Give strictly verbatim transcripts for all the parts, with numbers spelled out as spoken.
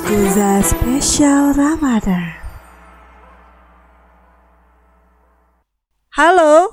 Kuza Spesial Ramadan. Halo.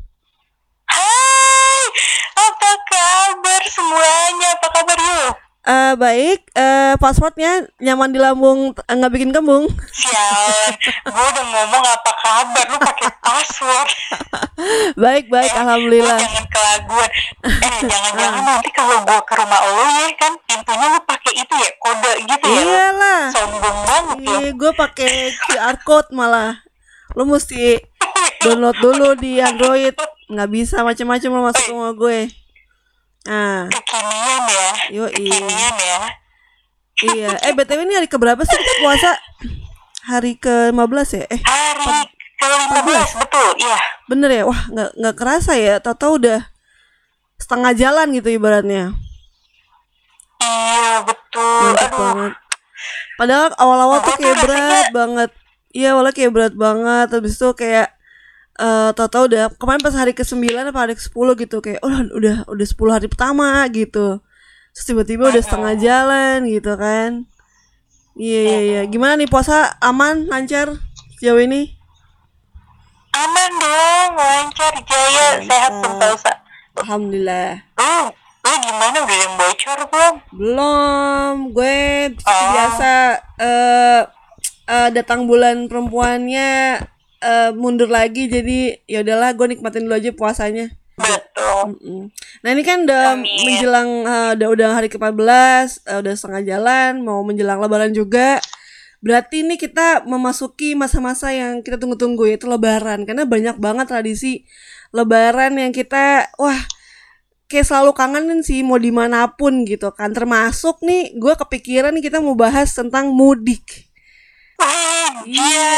Hai, apa kabar semuanya? Apa kabar yuk? Uh, baik, uh, passwordnya nyaman di lambung, uh, nggak bikin kembung. Sialan, gue udah ngomong apa kabar, lu pakai password. Baik, baik, eh, alhamdulillah. Jangan kelaguan. Eh, jangan-jangan nanti kalau gue ke rumah lo ya kan, pintunya lu pakai itu ya, kode gitu ya. Iyalah. Sombong banget lo. Iya, gue pakai Q R code malah. Lu mesti download dulu di Android. Nggak bisa macam-macam lo masuk ke rumah gue. Nah, kekinian ya. Yoi. Kekinian ya. Iya, eh B T W ini hari keberapa sih kita puasa? Hari ke lima belas ya? Eh, Hari ke lima belas, betul, iya. Bener ya? Wah, nggak nggak kerasa ya. Tahu-tahu udah setengah jalan gitu ibaratnya. Iya, betul. Mantap Aduh. banget. Padahal awal-awal tuh kayak berat banget. Iya, awalnya kayak berat banget. Habis itu kayak uh, tahu-tahu udah kemarin pas hari ke sembilan apa hari ke sepuluh gitu kayak oh udah udah sepuluh hari pertama gitu. Terus tiba-tiba udah setengah jalan gitu kan. Iya iya iya. Gimana nih puasa aman lancar sejauh ini? Aman dong, lancar, jaya, Mantap. sehat sentosa. Alhamdulillah. Lu, lu gimana, udah yang bocor belum? Belum. Gue seperti Oh. biasa uh, uh, datang bulan perempuannya uh, mundur lagi jadi ya udahlah gue nikmatin dulu aja puasanya. Betul. Mm-mm. Nah ini kan udah Amin. menjelang uh, udah udah hari ke empat belas, uh, udah setengah jalan, mau menjelang lebaran juga. Berarti ini kita memasuki masa-masa yang kita tunggu-tunggu yaitu lebaran. Karena banyak banget tradisi lebaran yang kita wah kayak selalu kangenin sih mau dimanapun gitu kan. Termasuk nih gue kepikiran nih kita mau bahas tentang mudik. Iya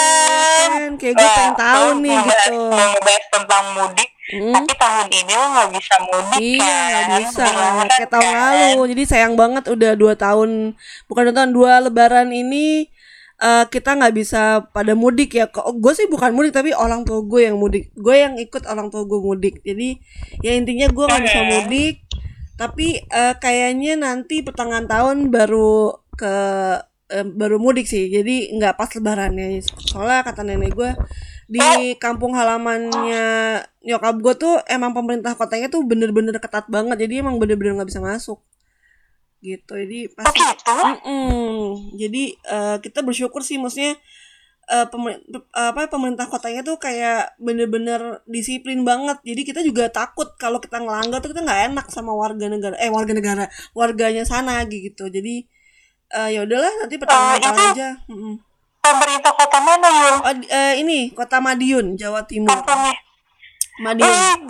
kan kayak gue pengen tahu Wah, nih mau gitu. Mau ngebahas tentang mudik, Hmm? tapi tahun ini lo gak bisa mudik Iya kan? nggak bisa Gimana kayak tahun kan? lalu. Jadi sayang banget udah dua tahun bukan dua tahun dua lebaran ini uh, kita nggak bisa pada mudik ya. Gue sih bukan mudik tapi orang tua gue yang mudik. Gue yang ikut orang tua gue mudik. Jadi ya intinya gue nggak bisa mudik. Tapi uh, kayaknya nanti pertengahan tahun baru ke uh, baru mudik sih. Jadi nggak pas lebarannya. Soalnya kata nenek gue di kampung halamannya nyokap gue tuh emang pemerintah kotanya tuh bener-bener ketat banget. Jadi emang bener-bener nggak bisa masuk gitu. Jadi pasti Mm-mm. Jadi uh, kita bersyukur sih maksudnya uh, pemer- apa pemerintah kotanya tuh kayak bener-bener disiplin banget. Jadi kita juga takut kalau kita ngelanggar tuh kita nggak enak sama warga negara eh warga negara warganya sana gitu. Jadi uh, ya udahlah nanti pertengahan Uh, tahun itu- aja. Mm-mm. Pemerintah kota mana Yul? Oh, di- uh, ini Kota Madiun, Jawa Timur. Kampungnya? Madiun.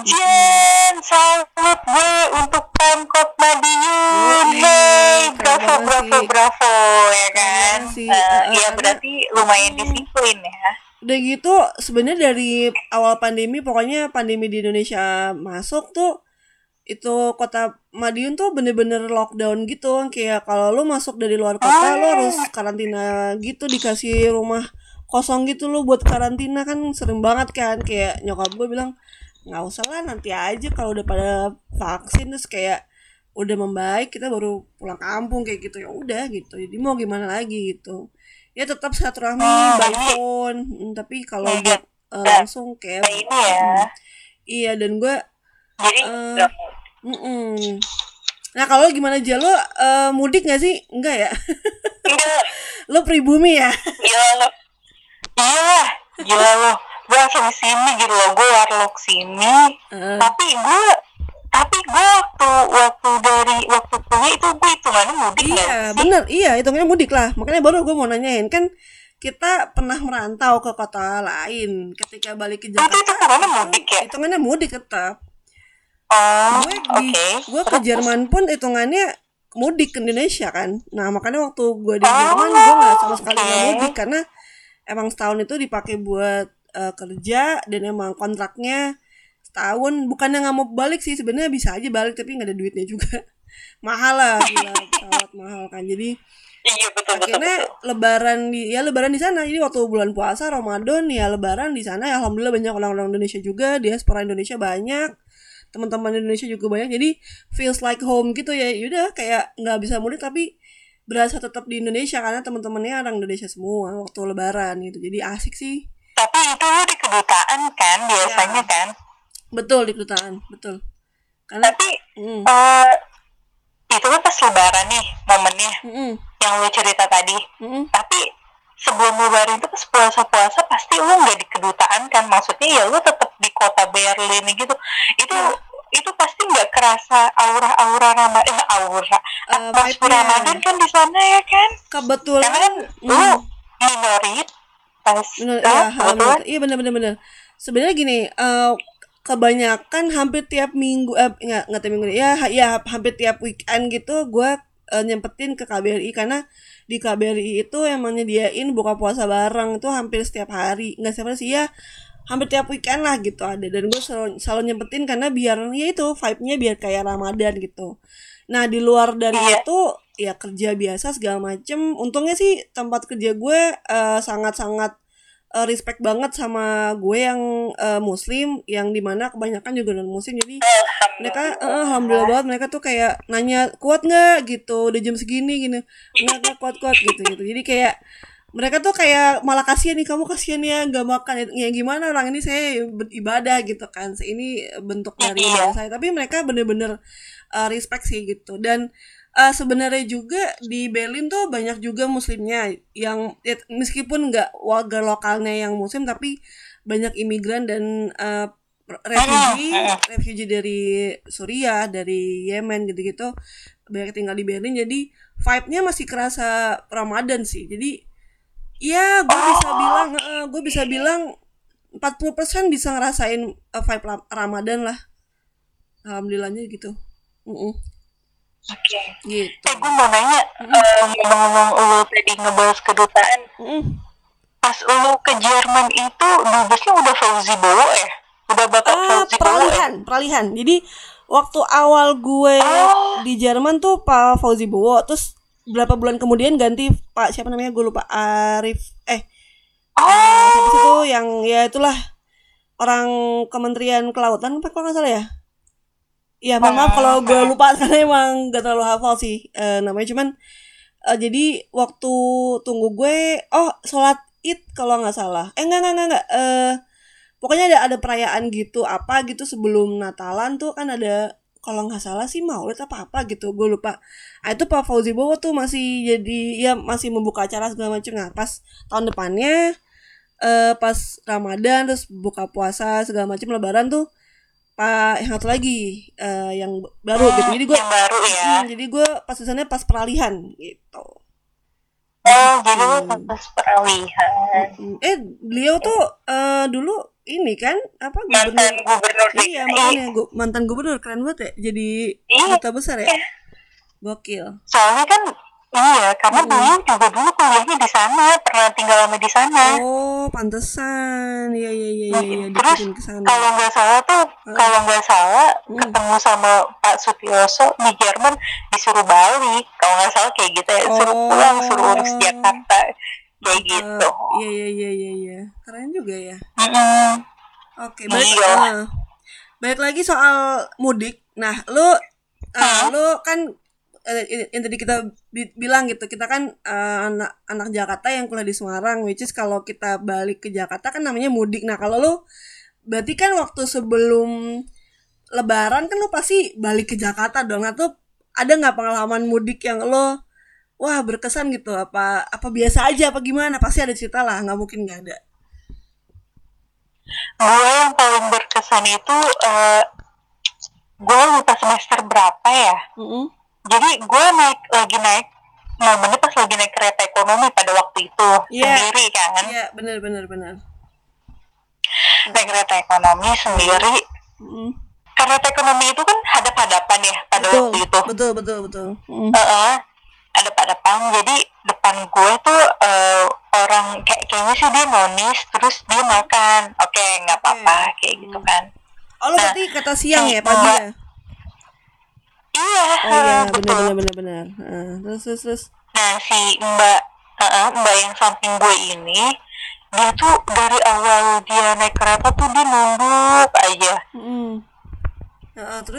Ijen, salut gue untuk Pemkot Madiun. Yoi, Hey, keren bravo, banget bravo, sih. bravo, ya kan? Keren sih. Eh, Uh, uh, ya karena- berarti lumayan disiplin ya. Udah gitu sebenarnya dari awal pandemi pokoknya pandemi di Indonesia masuk tuh itu Kota Madiun tuh bener-bener lockdown gitu kayak kalau lu masuk dari luar kota lu harus karantina gitu dikasih rumah kosong gitu lu buat karantina kan sering banget kan kayak nyokap gue bilang nggak usah lah nanti aja kalau udah pada vaksin terus kayak udah membaik kita baru pulang kampung kayak gitu ya udah gitu jadi mau gimana lagi gitu ya tetap silaturahmi by phone hmm, tapi kalau buat uh, langsung kayak Nah, ini ya. hmm, iya dan gue Jadi uh, mm-mm. Nah kalau gimana aja lo uh, mudik nggak sih enggak ya enggak, lo pribumi ya gila lo. Iya lah, gila lo. Gue langsung sini gitu loh, gue warlock sini. uh, Tapi gue tapi gue waktu waktu dari waktu kuliah itu gue hitungannya mudik nggak iya sih? bener iya hitungnya mudik lah makanya baru gue mau nanyain kan kita pernah merantau ke kota lain ketika balik ke Itu Jakarta hitungannya mudik ya? hitungannya mudik tetap Oh, gue oke. di gue ke Jerman pun hitungannya mudik ke Indonesia kan nah makanya waktu gue di Jerman gue nggak sama sekali nggak oke. mudik karena emang setahun itu dipakai buat uh, kerja dan emang kontraknya setahun bukannya nggak mau balik sih sebenarnya bisa aja balik tapi nggak ada duitnya juga mahal lah gila pesawat mahal kan jadi Iya betul betul akhirnya betul. lebaran di ya lebaran di sana jadi waktu bulan puasa Ramadan ya lebaran di sana ya alhamdulillah banyak orang-orang Indonesia juga diaspora Indonesia banyak teman-teman Indonesia juga banyak jadi feels like home gitu ya yaudah kayak nggak bisa mudik tapi berasa tetap di Indonesia karena teman-temannya orang Indonesia semua waktu Lebaran gitu. Jadi asik sih. Tapi itu lu di kedutaan kan biasanya Ya. kan? Betul, di kedutaan, betul. Karena Tapi mm, eh itu kan pas Lebaran nih momennya mm, yang lu cerita tadi. mm, Tapi sebelum Lebaran itu pas puasa-puasa pasti lu nggak di kedutaan kan? Maksudnya ya lu tetap di kota Berlin gitu. Itu Ya. itu pasti nggak kerasa aura-aura Ramadan, eh, aura eh, atmosfer vibe-nya Ramadan kan di sana ya kan? Karena kebetulan kan lu mm, minoritas, bener, eh, ya, kebetulan. iya bener bener bener. Sebenarnya gini, eh, kebanyakan hampir tiap minggu, eh nggak nggak tiap minggu, ya ha- ya hampir tiap weekend gitu gue nyempetin ke K B R I karena di K B R I itu emang nyediain buka puasa bareng itu hampir setiap hari, nggak setiap hari sih ya, hampir tiap weekend lah gitu ada, dan gue selalu, selalu nyempetin karena biar ya itu vibe-nya biar kayak Ramadan gitu. Nah di luar dari Iya. itu ya kerja biasa segala macem. Untungnya sih tempat kerja gue eh, sangat-sangat eh, respect banget sama gue yang eh, muslim, yang dimana kebanyakan juga non muslim, jadi mereka eh, alhamdulillah banget, mereka tuh kayak nanya kuat nggak gitu udah jam segini gini, nggak nggak kuat kuat gitu gitu, jadi kayak mereka tuh kayak malah kasihan nih, kamu kasihan ya nggak makan ya, gimana orang ini saya beribadah gitu kan, ini bentuk dari ibadah Iya. saya, tapi mereka bener-bener uh, respect sih gitu. Dan uh, sebenarnya juga di Berlin tuh banyak juga muslimnya yang ya, meskipun nggak warga lokalnya yang muslim, tapi banyak imigran dan uh, refugee refugee dari Suriah, dari Yemen gitu-gitu, banyak tinggal di Berlin, jadi vibe-nya masih kerasa Ramadan sih. Jadi ya gue bisa bilang uh, gue bisa bilang empat puluh persen bisa ngerasain uh, vibe Ramadan lah, alhamdulillahnya gitu. Mm-mm. Oke. Gitu. Eh, gue mau nanya, eh, ngomong-ngomong lu tadi ngebahas kedutaan, Mm-mm. pas lu ke Jerman itu dubesnya udah Fauzi Bowo ya? Udah Bapak Ah, Fauzi Bowo ya? peralihan, peralihan. Jadi waktu awal gue Oh. di Jerman tuh Pak Fauzi Bowo, terus berapa bulan kemudian ganti Pak siapa namanya gue lupa, Arif eh Oh. habis itu yang ya itulah orang Kementerian Kelautan apa kalau nggak salah ya. Ya mohon maaf kalau gue lupa karena emang gak terlalu hafal sih eh, namanya, cuman eh, jadi waktu tunggu gue oh sholat id kalau nggak salah, eh enggak enggak enggak, enggak. Eh, pokoknya ada ada perayaan gitu apa gitu sebelum Natalan tuh kan ada, kalau nggak salah sih Maulid apa apa gitu gue lupa. Nah, itu Pak Fauzi Bowo tuh masih jadi ya masih membuka acara segala macam. Nah pas tahun depannya eh, pas Ramadan terus buka puasa segala macam Lebaran tuh Pak yang satu lagi eh, yang baru gitu, jadi gue Yang baru ya? mm, jadi gue pas di sana pas peralihan gitu. Oh, jadi lu pas peralihan. Mm, eh beliau tuh eh, dulu ini kan apa gubernur, Mantan gubernur D K I. iya makanya gu- mantan gubernur, keren banget ya, jadi Iya. duta besar ya, gokil. Soalnya kan iya, karena Mm-mm. beliau juga dulu kuliahnya di sana, pernah tinggal lama di sana. Oh pantesan, iya iya iya iya iya Terus dikirim ke sana. kalau nggak salah tuh, kalau nggak salah Hmm. ketemu sama Pak Sutioso di Jerman disuruh balik. Kalau nggak salah kayak gitu ya, suruh Oh. pulang, suruh urus Jakarta, kayak gitu. Iya iya iya iya iya, keren juga ya. Mm-mm. Oke, balik, Iya. eh, balik lagi soal mudik. Nah, lu, eh, lu kan eh, ini- yang tadi kita bi- bilang gitu, kita kan eh, anak anak Jakarta yang kuliah di Semarang, which is kalau kita balik ke Jakarta kan namanya mudik. Nah, kalau lu berarti kan waktu sebelum Lebaran kan lu pasti balik ke Jakarta dong. Nah, tuh ada nggak pengalaman mudik yang lo wah berkesan gitu? Apa apa biasa aja apa gimana? Pasti ada cerita lah, nggak mungkin nggak ada. Gue yang paling berkesan itu, eh, gue lupa semester berapa ya. Mm-mm. Jadi gue naik lagi naik momennya pas lagi naik kereta ekonomi pada waktu itu Iya. sendiri kan. Iya, benar benar benar. Naik kereta ekonomi sendiri. Mm. Kereta ekonomi itu kan hadap-hadapan ya pada Betul, waktu itu. betul, betul, betul. Mm. Heeh. Hadap-hadapan. Jadi depan gue tuh eh, orang kayak kayaknya sih dia nonis, terus dia makan. Oke, nggak apa-apa kayak gitu kan. Oh, lo berarti kata siang ya, pagi ya? Iya, Oh iya, betul. benar benar benar benar. Heeh, terus terus terus. Nah, si Mbak uh, Mbak yang samping gue ini, dia tuh dari awal dia naik kereta tuh dia nunduk aja. Mm. Heeh, terus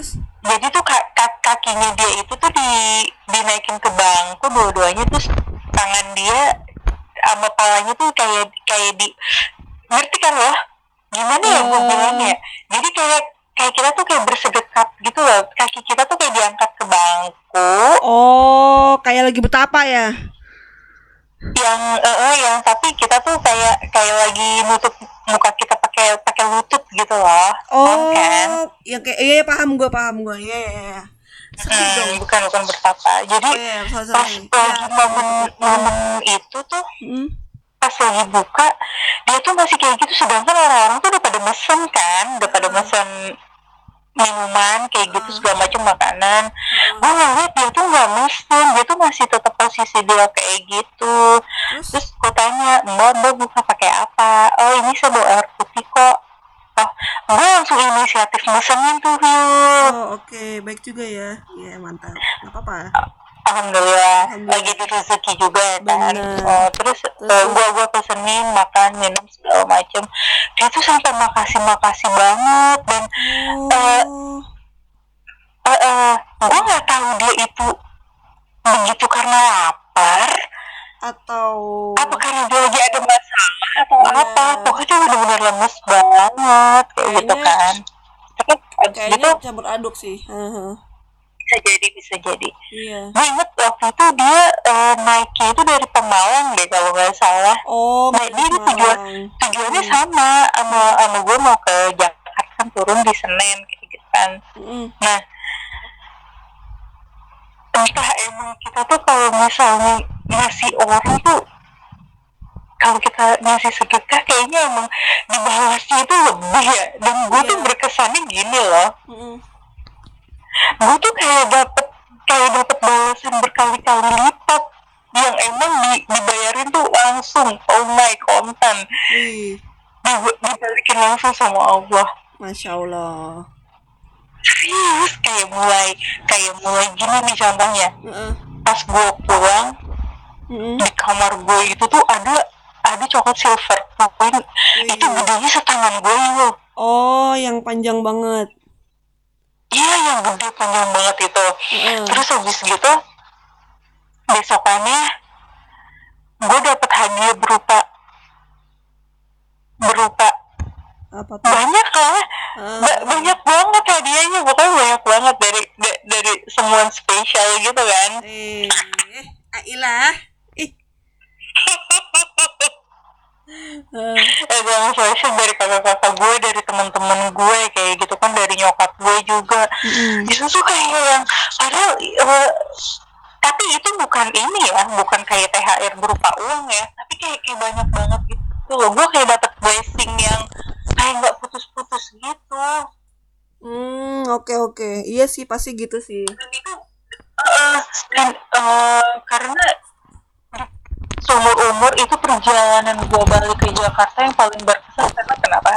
jadi tuh ka- ka- kakinya dia itu tuh di dinaikin ke bangku dua-duanya, terus tangan dia sama palanya tuh kayak kayak di, ngerti kan lo gimana ya gue bilangnya, jadi kayak kayak kita tuh kayak bersedekat gitu loh, kaki kita tuh kayak diangkat ke bangku. Oh, kayak lagi betapa ya? Yang eh uh, yang tapi kita tuh kayak kayak lagi nutup muka kita pakai pakai lutut gitu loh. Oh, kan? yang kayak iya, iya paham gue paham gue iya iya. iya. Hmm, dong. bukan bukan betapa. Jadi oh, iya, sorry, pas sorry. lagi Ya, momen momen itu tuh hmm? pas lagi buka dia tuh masih kayak gitu, sedangkan orang-orang tuh udah pada mesen kan, udah pada mesen minuman kayak gitu segala macam makanan. Gue ngeliat dia tuh nggak mesen, dia tuh masih tetap posisi dia kayak gitu. Terus, Terus gue tanya, mbak mbak buka pakai apa? Oh ini saya bawa air putih kok. Oh, gue langsung inisiatif mesenin tuh Hyul. oh oke okay. Baik juga ya. Iya mantap, nggak apa-apa. Alhamdulillah, Alhamdulillah. lagi di rezeki juga kan. Bener. Oh, terus Terus, uh, gua gua pesenin makan minum segala macem. Dia tuh sampai makasih makasih banget dan eh oh, uh, uh, gua nggak tahu dia itu begitu karena lapar atau apa karena dia lagi ada masalah atau Iya. apa. Pokoknya benar-benar lemes banget kayak gitu Kayaknya- kan. Tapi abis kayaknya gitu campur aduk sih. Heeh. bisa jadi bisa jadi. Iya. Gue inget waktu itu dia uh, naiknya itu dari Pemalang deh kalau nggak salah. Oh, Nah, dia Malang. tujuan tujuannya Hmm. sama sama sama gue mau ke Jakarta kan, turun di Senen kayak gitu kan. Mm-mm. Nah, entah emang kita tuh kalau misalnya ngasih orang tuh, kalau kita ngasih sedekah kayaknya emang dibalasnya itu lebih ya. Dan gue Iya. tuh berkesannya gini loh, Mm-mm. gue tuh kayak dapet kayak dapet balasan berkali-kali lipat yang emang di, dibayarin tuh langsung, oh my kontan, Wih, Di- dibalikin langsung sama Allah. Masya Allah. Serius, kayak mulai kayak mulai gini nih contohnya. Heeh. Pas gue pulang Mm-mm. di kamar gue itu tuh ada ada coklat silver point, itu gedenya setangan gue loh. Oh, yang panjang banget. Iya, yang gede panjang banget itu. Heeh. Terus habis gitu besokannya gue dapet hadiah berupa berupa Apa tuh? banyak lah, Ah. ba- banyak banget hadiahnya, pokoknya banyak banget dari da- dari semua spesial gitu kan. Eh, Ailah. Ih. Eh, Eh, yang spesial dari kakak-kakak gue, dari teman-teman gue kayak gitu kan, dari nyokap gue juga. mm-mm. Itu tuh kayak yang padahal eh, tapi itu bukan ini ya, bukan kayak T H R berupa uang ya, tapi kayak kayak banyak banget gitu loh. Gue kayak dapet blessing yang kayak nggak putus-putus gitu. Hmm, oke oke. Iya sih pasti gitu sih. Dan itu eh, dan eh, karena seumur umur itu perjalanan gue balik ke Jakarta yang paling berkesan karena kenapa?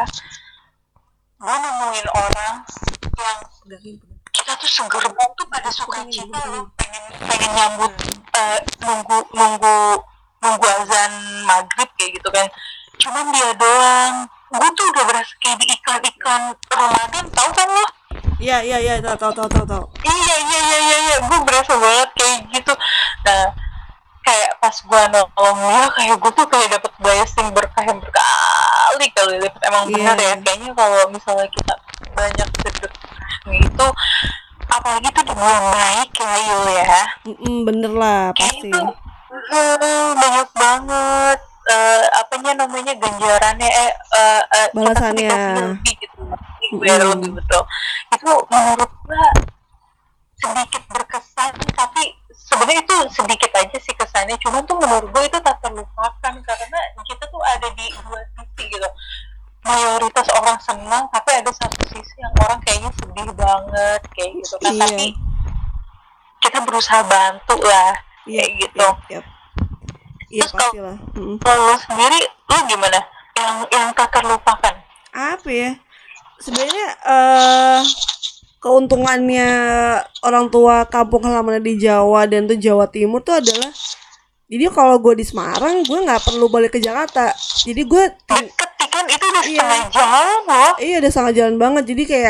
Gue nemuin orang yang kita tuh segerbong tuh pada sukacita loh, pengen pengen nyambut eh, nunggu nunggu nunggu azan maghrib kayak gitu kan. Cuman dia doang. Gue tuh udah berasa kayak di iklan-iklan Ramadan, tau kan lo? Iya iya iya tahu tahu tahu tahu tahu. Iya iya iya iya, iya. Gue berasa banget kayak gitu. Nah, kayak pas gue nolong dia, kayak gue tuh kayak dapet blessing berkah yang berkali-kali lipat. Emang Iya. benar ya, kayaknya kalau misalnya kita banyak sedekah gitu, apalagi tuh di bulan baik ya Yul ya, Mm-mm, bener lah kayak pasti. itu uh, banyak banget uh, apanya namanya ganjarannya eh uh, uh, Balasannya. kita tuh dikasih lebih gitu, Mm-mm. biar lebih betul. Itu menurut gue sedikit berkesan, tapi sebenarnya itu sedikit aja sih kesannya, cuman tuh menurut gue itu tak terlupakan karena kita tuh ada di dua sisi gitu. Mayoritas orang senang, tapi ada satu sisi yang orang kayaknya sedih banget kayak gitu kan. Iya. Tapi kita berusaha bantu lah Iya kayak gitu. Iya, iya Terus pasti lah. Mm-mm. Kalau lo sendiri, lo gimana? Yang yang tak terlupakan? Apa ya? Sebenarnya eh keuntungannya orang tua kampung halaman di Jawa dan tuh Jawa Timur tuh adalah, jadi kalau gue di Semarang gue nggak perlu balik ke Jakarta, jadi gue ting- Deket kan itu udah Iya. setengah jalan loh. iya udah sangat jalan banget, jadi kayak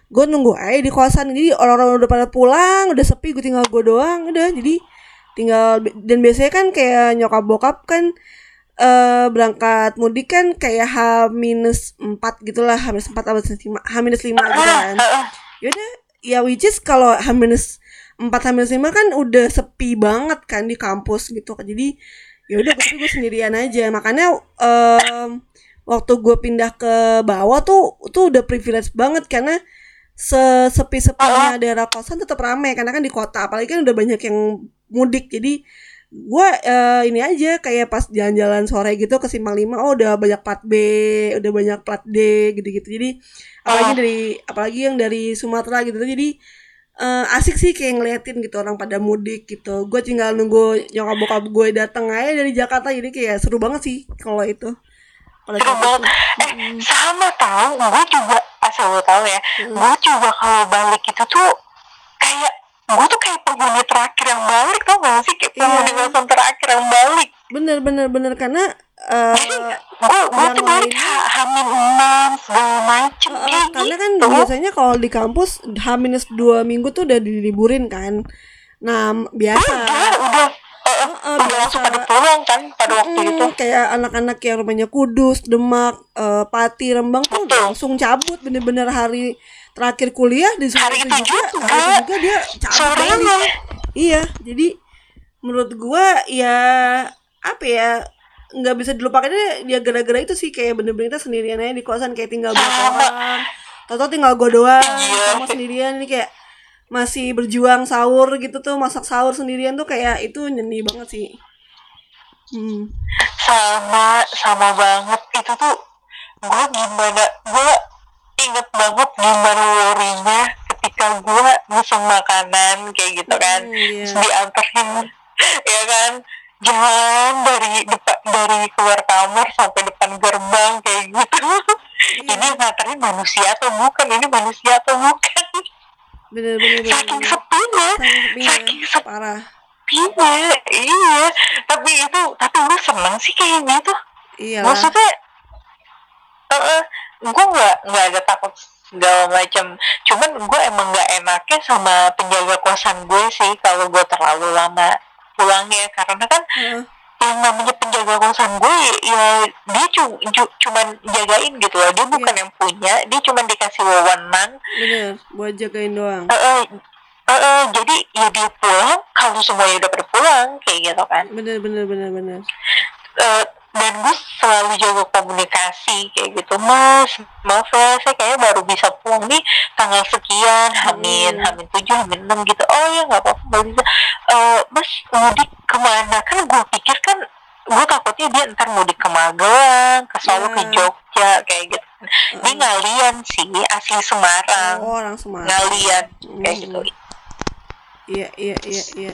gue nunggu aja di kosan. Jadi orang-orang udah pada pulang, udah sepi, gue tinggal gue doang. Udah, jadi tinggal. Dan biasanya kan kayak nyokap bokap kan eh berangkat mudik kan kayak H minus empat gitulah, H minus empat atau H minus lima gitu kan. Yaudah, ya which is kalau H minus empat H minus lima kan udah sepi banget kan di kampus gitu. Jadi ya udah tapi gue sendirian aja. Makanya um, waktu gue pindah ke bawah tuh tuh udah privilege banget karena sesepi-sepinya daerah kosan tetap ramai karena kan di kota, apalagi kan udah banyak yang mudik. Jadi gue uh, ini aja kayak pas jalan-jalan sore gitu ke Simpang lima, oh udah banyak plat B, udah banyak plat D gitu-gitu. Jadi apalagi dari apalagi yang dari Sumatera gitu. Jadi uh, asik sih kayak ngeliatin gitu orang pada mudik gitu. Gue tinggal nunggu nyokap bokap gue datang aja dari Jakarta, jadi kayak seru banget sih kalau itu. Seru banget. Eh hmm. sama tau, gue juga asal lo tau ya, hmm. gue juga kalau balik itu tuh kayak gue tuh kayak penghuni terakhir yang balik, tau gak sih, kayak penghuni yeah. kosan terakhir yang balik. Bener bener bener karena uh, gue gue tuh balik hamil enam segala macem uh, kayak karena gitu. Kan biasanya kalau di kampus H minus dua minggu tuh udah diliburin kan. Nah biasa udah udah Uh, uh, udah langsung pada pulang kan pada mm, waktu itu. Kayak anak-anak yang rumahnya Kudus, Demak, uh, Pati, Rembang tuh Betul. langsung cabut bener-bener hari terakhir kuliah di hari itu juga, juga, hari itu juga dia cabut balik. Iya, jadi menurut gua ya apa ya, nggak bisa dilupakan dia, dia gara-gara itu sih kayak bener-bener kita sendirian aja di kosan, kayak tinggal berapa orang, tau-tau tinggal gua doang, sama sendirian nih kayak masih berjuang sahur gitu tuh, masak sahur sendirian tuh kayak itu nyeni banget sih. Hmm. Sama sama banget itu tuh. Gue gimana, gue inget banget gimana worry-nya ketika gue mesen makanan kayak gitu kan, hmm, yeah. dianterin ya kan, jalan dari depan, dari keluar kamar sampai depan gerbang kayak gitu. Yeah. Ini nganterin manusia atau bukan, ini manusia atau bukan. Bener-bener saking sepinya, saking sepinya, parah. Iya, iya. Tapi itu, tapi gue seneng sih kayak gitu. Iya. Maksudnya, uh, uh, gue nggak nggak ada takut segala macam. Cuman gue emang nggak enaknya sama penjaga kosan gue sih kalau gue terlalu lama pulangnya, karena kan. Uh. Yang namanya penjaga kosan gue ya dia cu- cu- cuman jagain gitu loh, dia bukan yeah. yang punya, dia cuman dikasih wewenang bener buat jagain doang. Uh, uh, uh, uh, jadi ya dia pulang kalau semuanya udah pada pulang kayak gitu kan. Bener bener bener bener. Uh, dan gue selalu jaga komunikasi kayak gitu, mas maaf ya saya kayaknya baru bisa pulang nih tanggal sekian, hamin hamin tujuh hamin enam gitu. Oh ya nggak apa-apa nggak bisa. Uh, mas mudik kemana? Kan gue pikir kan gue takutnya dia ntar mudik ke Magelang, ke Solo, yeah. ke Jogja kayak gitu. Dia uh. ngalian sih, asli Semarang. Oh, orang Semarang. Ngalian kayak mm. gitu. Iya iya iya iya.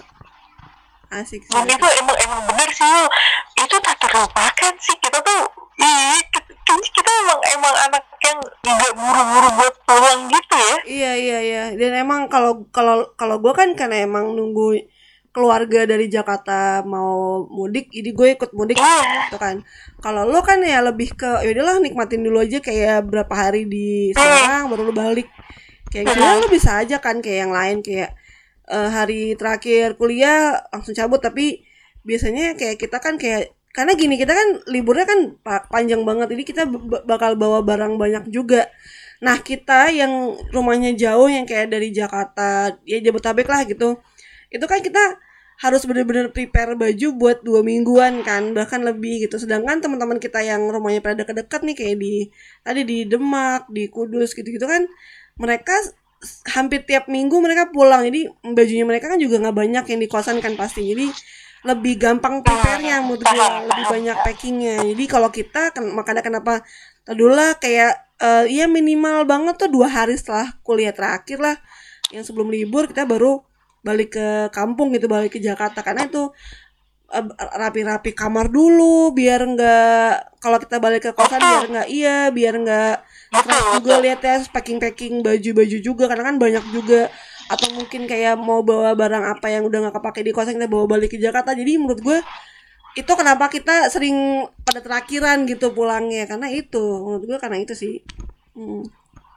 Asik sih. Dan itu emang emang bener sih, itu tak terlupakan sih, kita tuh ih, kita, kita emang emang anak yang nggak buru-buru buat pulang gitu ya. Iya iya iya. Dan emang kalau kalau kalau gue kan karena emang nunggu keluarga dari Jakarta mau mudik, jadi gue ikut mudik yeah. gitu kan. Kalau lo kan ya lebih ke ya udahlah nikmatin dulu aja kayak berapa hari di Semarang mm. baru lo balik. Kayak gitu mm. lo bisa aja kan kayak yang lain kayak Uh, hari terakhir kuliah langsung cabut. Tapi biasanya kayak kita kan kayak karena gini, kita kan liburnya kan panjang banget, jadi kita b- bakal bawa barang banyak juga. Nah kita yang rumahnya jauh yang kayak dari Jakarta ya Jabodetabek lah gitu, itu kan kita harus benar-benar prepare baju buat dua mingguan kan, bahkan lebih gitu. Sedangkan teman-teman kita yang rumahnya pada dekat-dekat nih kayak di tadi di Demak, di Kudus gitu-gitu kan, mereka hampir tiap minggu mereka pulang, jadi bajunya mereka kan juga nggak banyak yang di kosan kan pasti, jadi lebih gampang prepare-nya menurut gue, lebih banyak packingnya. Jadi kalau kita kan makanya kenapa tadulah kayak uh, ya minimal banget tuh dua hari setelah kuliah terakhir lah, yang sebelum libur kita baru balik ke kampung gitu, balik ke Jakarta, karena itu uh, rapi-rapi kamar dulu biar nggak, kalau kita balik ke kosan biar nggak iya biar nggak stres juga lihatnya, packing-packing baju-baju juga karena kan banyak juga, atau mungkin kayak mau bawa barang apa yang udah nggak kepake di kosan kita bawa balik ke Jakarta. Jadi menurut gue itu kenapa kita sering pada terakhiran gitu pulangnya, karena itu menurut gue karena itu sih. hmm.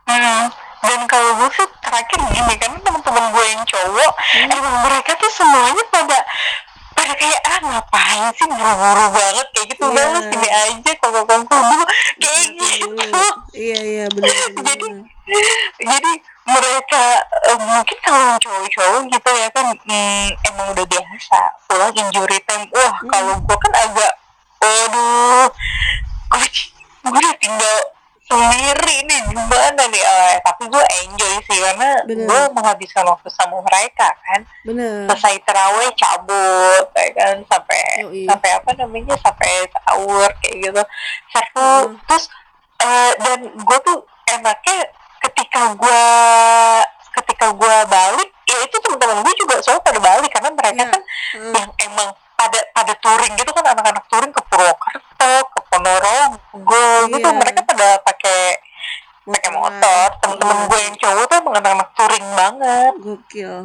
Hmm. Dan kalau gue sih terakhir gini, karena teman-teman gue yang cowok, Hmm. emang mereka tuh semuanya pada pada kayak ah ngapain sih buru-buru banget kayak gitu, udah lu Iya, sini aja kalau dulu kayak nikmatin gitu. dulu. Iya iya benar benar Jadi benar. jadi mereka eh, mungkin kalau yang cowok-cowok gitu ya kan, hmm, emang udah biasa pulang injury time. Wah Hmm. kalau gue kan agak, waduh, gue gue udah tinggal sendiri nih gimana nih. Eh, tapi gue enjoy sih karena gue Benar menghabiskan waktu sama mereka kan. benar. Selesai terawih cabut ya kan, sampai Yoi. sampai apa namanya, sampai sahur kayak gitu seru. Heeh. Terus eh, dan gue tuh enaknya ketika gue ketika gue balik ya itu teman-teman gue juga soalnya pada balik karena mereka Ya. kan Heeh. yang emang pada pada touring gitu kan, anak-anak touring ke Purwokerto, ke Ponorogo gitu, Iya. mereka pada pakai pakai Motoran. motor. Temen-temen Iya. gue yang cowok tuh emang anak-anak touring banget. Gokil.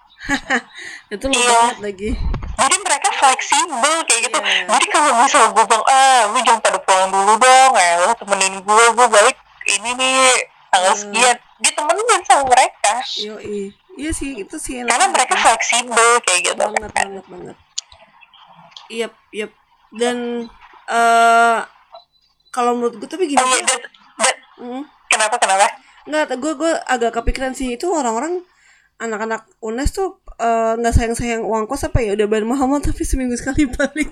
Itu lo Iya. banget lagi. Jadi mereka fleksibel kayak gitu. Iya. Jadi kalau misal gue bilang, ah lu jangan pada pulang dulu dong, ya lo temenin gue, gue balik ini nih tanggal Hmm. sekian, ditemenin sama mereka. Yoi. Iya sih itu sih Karena enaknya mereka gitu. fleksibel kayak gitu Banget kan. banget banget. Yep yep. Dan eh kalau menurut gue tapi gini Oh iya, gue. dan, dan Hmm. kenapa kenapa? Nggak, gue gue agak kepikiran sih itu orang-orang anak-anak U N E S tuh eh, nggak sayang-sayang uang kos apa ya, udah bayar mahal tapi seminggu sekali balik.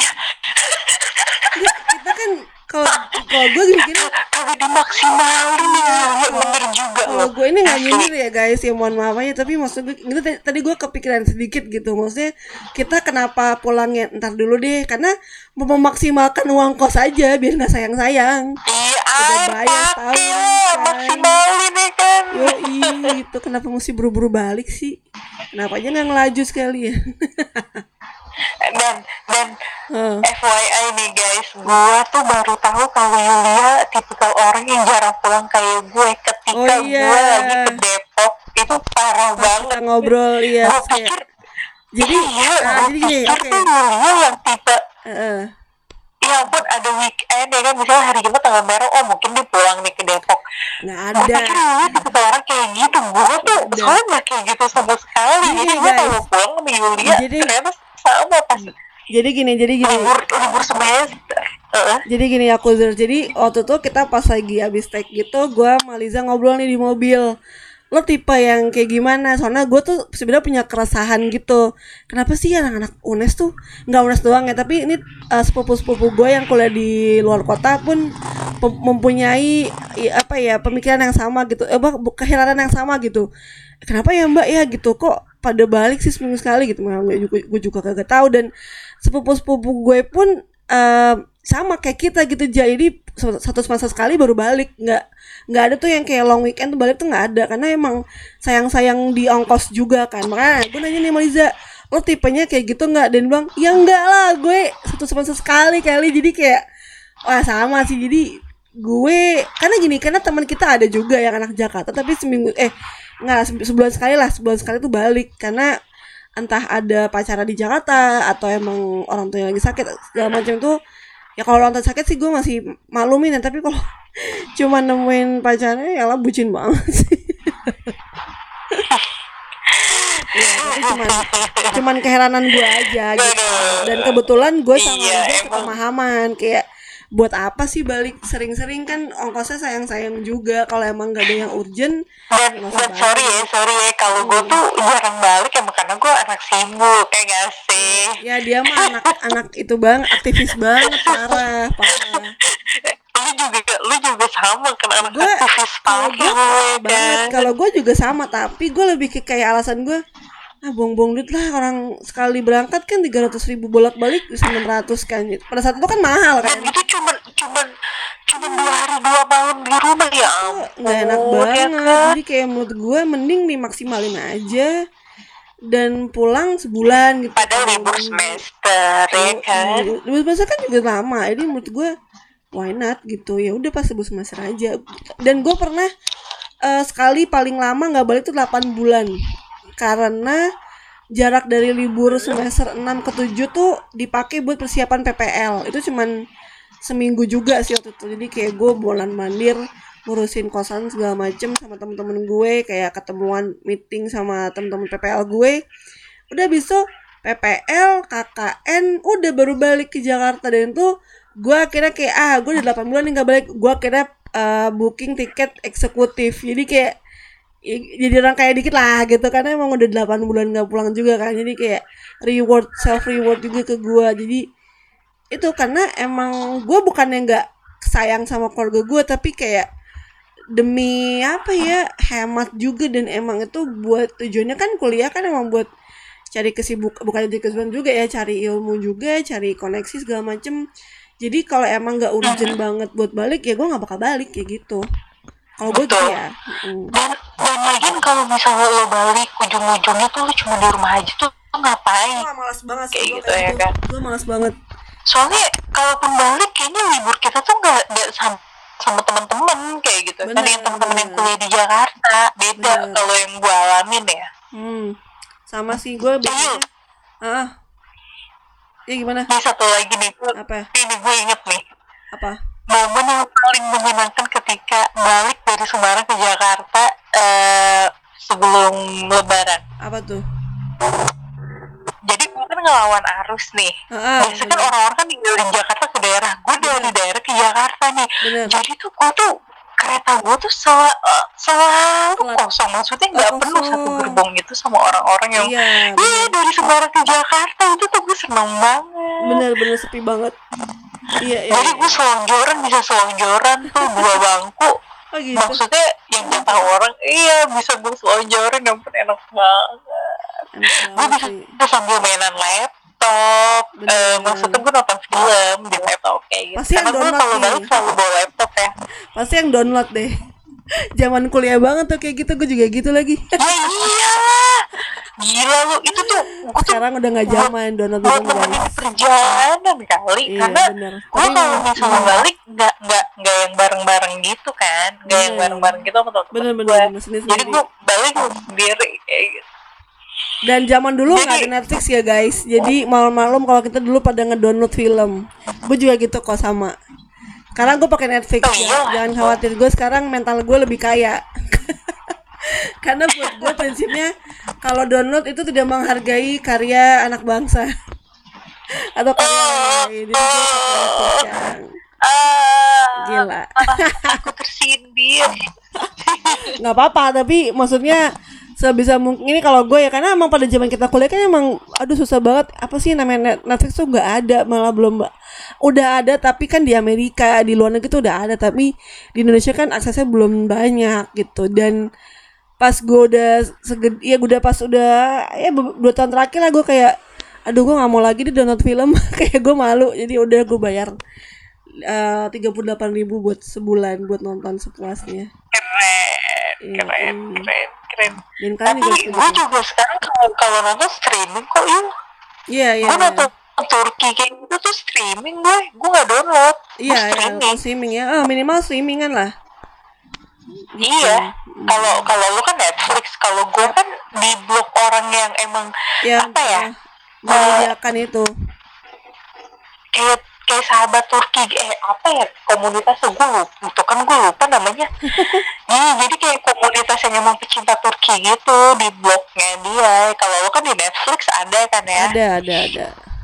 Nggak, kita kan kalau kalau gue gini-gini, Kagak dimaksimalin ya, ya bener juga kalau loh. gue ini nggak Asli. nyindir ya guys, ya mohon maaf aja, tapi maksud gue gitu, tadi, tadi gue kepikiran sedikit gitu, maksudnya kita kenapa pulangnya ntar dulu deh, karena mau memaksimalkan uang kos aja biar nggak sayang-sayang. Iya, Udah ay, bayar pakai setahun lah, kan. maksimalin ya kan. Yoi, itu kenapa mesti buru-buru balik sih? Kenapa aja nggak ngelaju sekali ya? Dan dan Heeh. F Y I nih guys, gue tuh baru tahu kalau Yulia tipikal orang yang jarang pulang kayak gue. Ketika Oh iya. gue lagi ke Depok itu parah Pas banget. kita ngobrol ya, Gue terus kayak pikir, jadi iya, ah, gue jadi gini, pikir oke. tuh Yulia yang tipe, Heeh. ya ampun ada weekend ya kan, misalnya hari Jumat tanggal merah, oh mungkin dia pulang nih ke Depok. Nggak Gue ada. pikir Yulia tipikal orang kayak gitu. Gue tuh Ada. soalnya nggak kayak gitu sama sekali. Gini, Jadi gue guys. kalau pulang sama Yulia Jadi- ternyata sama pas Jadi gini, jadi gini. libur libur semester. Heeh. Jadi gini aku Zer. Jadi waktu itu kita pas lagi abis take gitu, gue sama Liza ngobrol nih di mobil. Lo tipe yang kayak gimana? Soalnya gue tuh sebenarnya punya keresahan gitu. Kenapa sih anak-anak U N E S tuh, nggak U N E S doang ya, tapi ini uh, sepupu-sepupu gue yang kuliah di luar kota pun pem- mempunyai i- apa ya pemikiran yang sama gitu, eh bah, bu- keheranan yang sama gitu. Kenapa ya Mbak ya gitu, kok pada balik sih seminggu sekali gitu? Nah, gue, gue juga kagak tahu, dan sepupu-sepupu gue pun eh, sama kayak kita gitu, jadi satu semester sekali baru balik, nggak nggak ada tuh yang kayak long weekend tuh balik tuh nggak ada, karena emang sayang-sayang di ongkos juga kan. Makanya gue nanya nih sama Liza, lo tipenya kayak gitu nggak? Dan bilang ya enggak lah, gue satu semester sekali kali, jadi kayak wah sama sih. Jadi gue karena gini, karena teman kita ada juga yang anak Jakarta tapi seminggu eh nggak sebulan sekali lah, sebulan sekali tuh balik karena entah ada pacara di Jakarta atau emang orang tuanya lagi sakit segala macam tuh. Ya kalau orang tua sakit sih gue masih maklumin ya, tapi kalau cuma nemuin pacarnya ya lah bucin banget sih. Ya, tapi cuman cuman keheranan gue aja gitu. Dan kebetulan gue sama Iya, dia emang. sepemahaman, kayak buat apa sih balik sering-sering, kan ongkosnya sayang-sayang juga, kalau emang gak ada yang urgent Dan, nggak usah dan sorry ya, balik. sorry ya, kalau gue tuh jarang balik emang karena gue anak sibuk, kayak gak sih? Ya dia mah anak-anak itu bang, aktivis banget, parah parah. Lu juga, lu juga sama kan anak Gue aktivis kalau parah gue gue banget, kan. kalau gue juga sama, tapi gue lebih ke kayak alasan gue, ah buang-buang duit lah, orang sekali berangkat kan tiga ratus ribu bolak-balik bisa enam ratus kan, pada saat itu kan mahal Dan kan, itu cuman cuman cuman dua hari dua malam di rumah, ya ampun. nggak enak ya banget. kan? Jadi kayak menurut gue mending dimaksimalin aja dan pulang sebulan gitu. Padahal libur semester ya kan. Libur semester kan juga lama, jadi menurut gue why not gitu, ya udah pas libur semester aja. Dan gue pernah eh, sekali paling lama nggak balik tuh delapan bulan, karena jarak dari libur semester enam ke tujuh tuh dipakai buat persiapan P P L. Itu cuman seminggu juga sih waktu itu. Jadi kayak gue bulan mandir ngurusin kosan segala macem sama temen-temen gue, kayak ketemuan meeting sama temen-temen P P L gue. Udah besok P P L, K K N, udah baru balik ke Jakarta. Dan itu gue akhirnya kayak ah gue udah delapan bulan nih gak balik. Gue akhirnya uh, booking tiket eksekutif. Jadi kayak jadi orang kayak dikit lah gitu, karena emang udah delapan bulan gak pulang juga kan. Jadi kayak reward, self reward juga ke gue. Jadi itu karena emang gue bukannya gak sayang sama keluarga gue, tapi kayak demi apa ya, hemat juga. Dan emang itu buat tujuannya kan kuliah kan emang buat cari kesibuk, bukan jadi kesibukan juga ya, cari ilmu juga, cari koneksi segala macem. Jadi kalau emang nggak urgent banget buat balik ya gue nggak bakal balik kayak gitu. Kalau gue gitu ya. Mm. Dan dan lagi kalau misalnya lo balik ujung-ujungnya tuh lo cuma di rumah aja tuh lo ngapain? Gue malas banget kayak gitu ya kan. Gue malas banget. Soalnya kalaupun balik kayaknya libur kita tuh nggak nggak sama sama teman-teman kayak gitu. Bener, kan yang teman-teman yang kuliah di Jakarta beda kalau yang gue alamin ya. Hmm. Sama sih gue biasanya. Ah. Ya gimana? Ini satu lagi nih. Apa? Ini gue inget nih. Apa? Momen yang paling menyenangkan ketika balik dari Semarang ke Jakarta uh, sebelum Lebaran. Apa tuh? Jadi gue kan ngelawan arus nih. Ah, biasanya kan orang-orang kan tinggal di Jakarta ke daerah, gue dari daerah ke Jakarta nih. Bener. Jadi tuh gue tuh kereta gue tuh sel- uh, selalu Selat. kosong, maksudnya nggak oh, penuh satu gerbong gitu sama orang-orang yang iya yeah, dari Semarang ke Jakarta. Itu tuh gue seneng banget. Bener-bener sepi banget. Iya, iya. Jadi gue selonjoran bisa selonjoran tuh dua bangku. Oh, gitu? Maksudnya yang kata orang iya bisa gue selonjoran, yang pun enak banget. Gue bisa, bisa sambil mainan laptop. Uh, maksudnya gue nonton film di laptop kayak gitu. Pasti karena gue kalau balik selalu bawa laptop ya. Pasti yang download deh. Zaman kuliah banget tuh kayak gitu, gue juga gitu lagi. Ya iya. Gila lu, itu tuh gua sekarang udah gak zaman download buat nemenin perjalanan kali. Iya, karena gue kalau misalnya balik gak, gak, gak yang bareng-bareng gitu kan. Gak bener. yang bareng-bareng gitu sama temen gue. Jadi gue balik sendiri kayak gitu. Dan zaman dulu nggak ada Netflix ya guys, jadi malam-malam kalau kita dulu pada ngedownload film, gue juga gitu kok sama. Sekarang gue pakai Netflix oh, ya, jangan khawatir, gue sekarang mental gue lebih kaya. Karena buat gue prinsipnya kalau download itu tidak menghargai karya anak bangsa atau karya lain. Jadi gue pakai Netflix yang gila. Aku tersindir. Nggak apa-apa, tapi maksudnya sebisa mungkin ini kalau gue ya, karena emang pada zaman kita kuliah kan emang aduh susah banget, apa sih namanya Netflix tuh nggak ada, malah belum, udah ada tapi kan di Amerika, di luar negeri tuh udah ada, tapi di Indonesia kan aksesnya belum banyak gitu. Dan pas gue udah segede, ya gue udah pas udah ya dua tahun terakhir lah gue kayak aduh gue nggak mau lagi di download film. Kayak gue malu, jadi udah gue bayar tiga puluh delapan ribu buat sebulan buat nonton sepuasnya. Keren, ya, keren, um. keren, keren. Dan tapi gue juga sekarang kalau kalau nonton streaming kok yuk. Iya iya. Gue nonton Turki kayak gitu tuh streaming gue, gue nggak download. Iya iya, streaming ya, ah minimal streamingan lah. Iya. Kalau hmm. kalau lu kan Netflix, kalau gue kan di blok orang yang emang ya, apa ya? Menyediakan uh, itu. Kayak kayak sahabat Turki, eh apa ya komunitas gue lupa, itu kan gue lupa namanya. Iya, jadi kayak komunitas yang emang pecinta Turki gitu di blognya dia. Kalau lo kan di Netflix ada kan ya? Ada, ada, ada.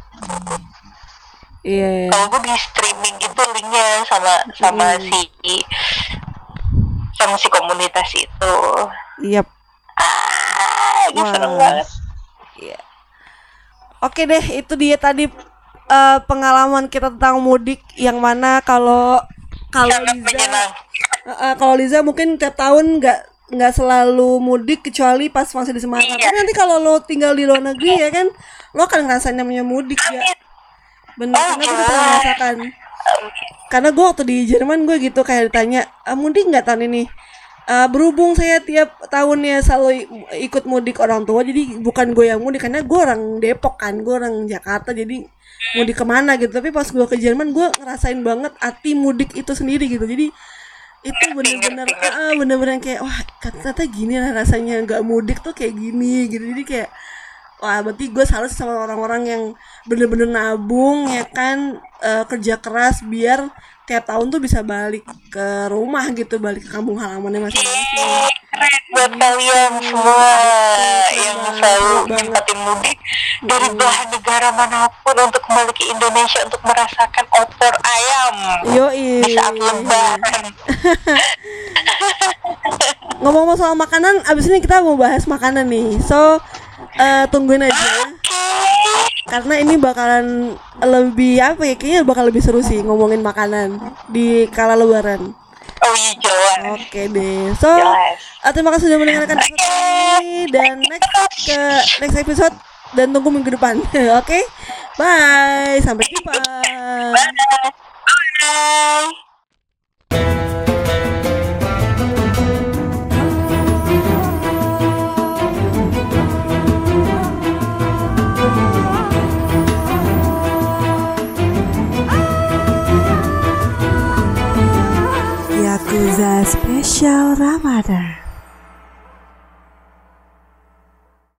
Iya. Yeah. Kalau gue di streaming gitu linknya sama sama hmm. si sama si komunitas itu. Yap. Ah, ini seneng banget. Iya. Oke deh, itu dia tadi. Uh, pengalaman kita tentang mudik, yang mana kalau kalau Liza uh, uh, kalau Liza mungkin tiap tahun nggak nggak selalu mudik kecuali pas masih di Semarang. Iya. Tapi nanti kalau lo tinggal di luar negeri ya kan lo akan ngerasain namanya mudik ya. Bener, oh, karena gue bisa merasakan. Karena gue waktu di Jerman gue gitu kayak ditanya ah, mudik nggak tahun ini. Uh, berhubung saya tiap tahunnya selalu ikut mudik orang tua, jadi bukan gue yang mudik karena gue orang Depok kan, gue orang Jakarta, jadi mudik kemana gitu. Tapi pas gue ke Jerman gue ngerasain banget arti mudik itu sendiri gitu. Jadi itu bener-bener ah bener-bener kayak wah ternyata gini lah rasanya nggak mudik tuh kayak gini gitu. Jadi kayak Wah, berarti gue salut sama orang-orang yang bener-bener nabung ya kan, eh, kerja keras biar tiap tahun tuh bisa balik ke rumah gitu, balik ke kampung halamannya masing-masing. Yeay, keren buat kalian Gitu. semua Betul, yang banget, selalu seru banget. menikmati mudik dari belahan negara manapun untuk kembali ke Indonesia untuk merasakan opor ayam Yoi. di saat lebaran. Ngomong-ngomong soal makanan, abis ini kita mau bahas makanan nih. So, eh, tungguin aja. Karena ini bakalan lebih apa ya? Kayaknya bakal lebih seru sih ngomongin makanan di kala lebaran. Oh iya jelas. Oke deh. So, Jelas. eh, terima kasih sudah mendengarkan episode ini dan next ke next episode dan tunggu minggu depan. Oke. Bye. Sampai jumpa. Bye. Bye. Yakuza Special Ramadan.